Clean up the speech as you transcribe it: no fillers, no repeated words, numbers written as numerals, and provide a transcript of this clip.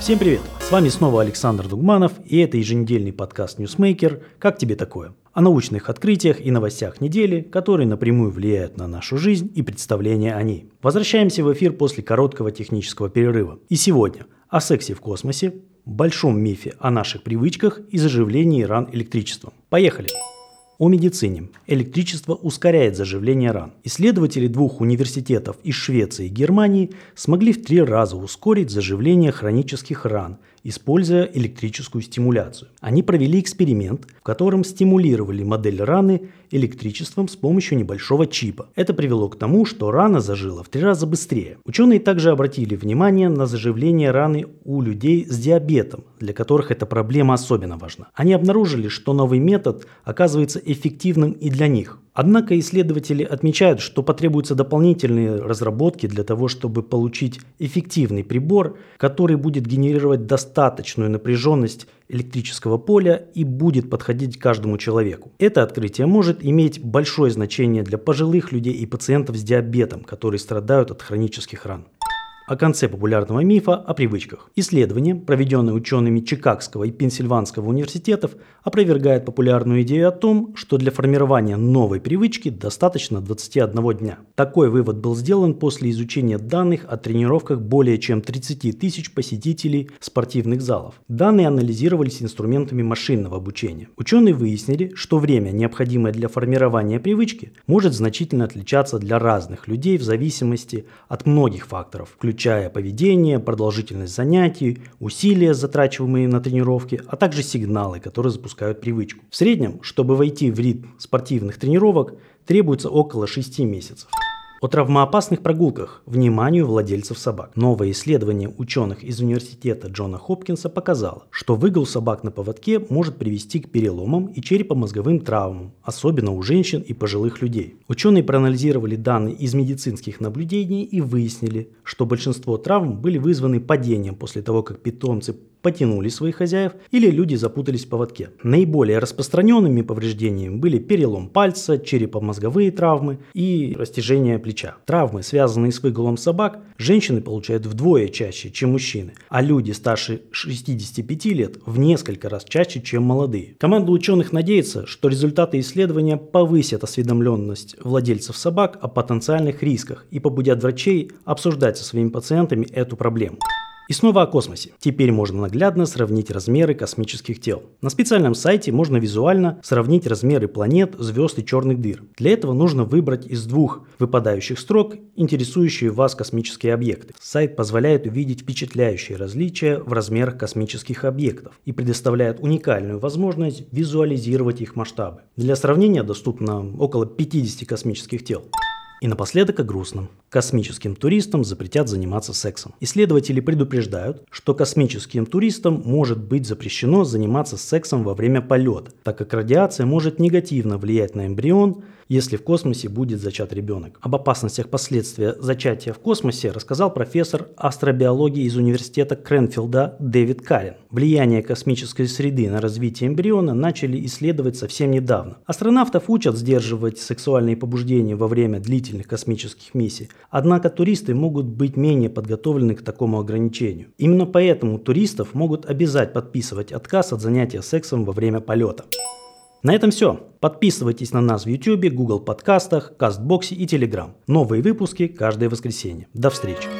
Всем привет! С вами снова Александр Дугманов, и это еженедельный подкаст Newsmaker «Как тебе такое?». О научных открытиях и новостях недели, которые напрямую влияют на нашу жизнь и представление о ней. Возвращаемся в эфир после короткого технического перерыва. И сегодня о сексе в космосе, большом мифе о наших привычках и заживлении ран электричеством. Поехали! О медицине. Электричество ускоряет заживление ран. Исследователи двух университетов из Швеции и Германии смогли в 3 раза ускорить заживление хронических ран, используя электрическую стимуляцию. Они провели эксперимент, в котором стимулировали модель раны электричеством с помощью небольшого чипа. Это привело к тому, что рана зажила в 3 раза быстрее. Ученые также обратили внимание на заживление раны у людей с диабетом, для которых эта проблема особенно важна. Они обнаружили, что новый метод оказывается эффективным и для них. Однако исследователи отмечают, что потребуются дополнительные разработки для того, чтобы получить эффективный прибор, который будет генерировать достаточную напряженность электрического поля и будет подходить каждому человеку. Это открытие может иметь большое значение для пожилых людей и пациентов с диабетом, которые страдают от хронических ран. О конце популярного мифа о привычках. Исследование, проведенное учеными Чикагского и Пенсильванского университетов, опровергает популярную идею о том, что для формирования новой привычки достаточно 21 дня. Такой вывод был сделан после изучения данных о тренировках более чем 30 тысяч посетителей спортивных залов. Данные анализировались инструментами машинного обучения. Ученые выяснили, что время, необходимое для формирования привычки, может значительно отличаться для разных людей в зависимости от многих факторов, включая поведение, продолжительность занятий, усилия, затрачиваемые на тренировки, а также сигналы, которые запускают привычку. В среднем, чтобы войти в ритм спортивных тренировок, требуется около 6 месяцев. О травмоопасных прогулках. Вниманию владельцев собак. Новое исследование ученых из университета Джона Хопкинса показало, что выгул собак на поводке может привести к переломам и черепно-мозговым травмам, особенно у женщин и пожилых людей. Ученые проанализировали данные из медицинских наблюдений и выяснили, что большинство травм были вызваны падением после того, как питомцы потянули своих хозяев или люди запутались в поводке. Наиболее распространенными повреждениями были перелом пальца, черепно-мозговые травмы и растяжение плеча. Травмы, связанные с выгулом собак, женщины получают вдвое чаще, чем мужчины, а люди старше 65 лет в несколько раз чаще, чем молодые. Команда ученых надеется, что результаты исследования повысят осведомленность владельцев собак о потенциальных рисках и побудят врачей обсуждать со своими пациентами эту проблему. И снова о космосе. Теперь можно наглядно сравнить размеры космических тел. На специальном сайте можно визуально сравнить размеры планет, звезд и черных дыр. Для этого нужно выбрать из 2 выпадающих строк интересующие вас космические объекты. Сайт позволяет увидеть впечатляющие различия в размерах космических объектов и предоставляет уникальную возможность визуализировать их масштабы. Для сравнения доступно около 50 космических тел. И напоследок о грустном. Космическим туристам запретят заниматься сексом. Исследователи предупреждают, что космическим туристам может быть запрещено заниматься сексом во время полета, так как радиация может негативно влиять на эмбрион, если в космосе будет зачат ребенок. Об опасностях последствия зачатия в космосе рассказал профессор астробиологии из университета Кренфилда Дэвид Карин. Влияние космической среды на развитие эмбриона начали исследовать совсем недавно. Астронавтов учат сдерживать сексуальные побуждения во время длительных космических миссий, однако туристы могут быть менее подготовлены к такому ограничению. Именно поэтому туристов могут обязать подписывать отказ от занятия сексом во время полета. На этом все. Подписывайтесь на нас в YouTube, Google подкастах, Кастбоксе и Telegram. Новые выпуски каждое воскресенье. До встречи.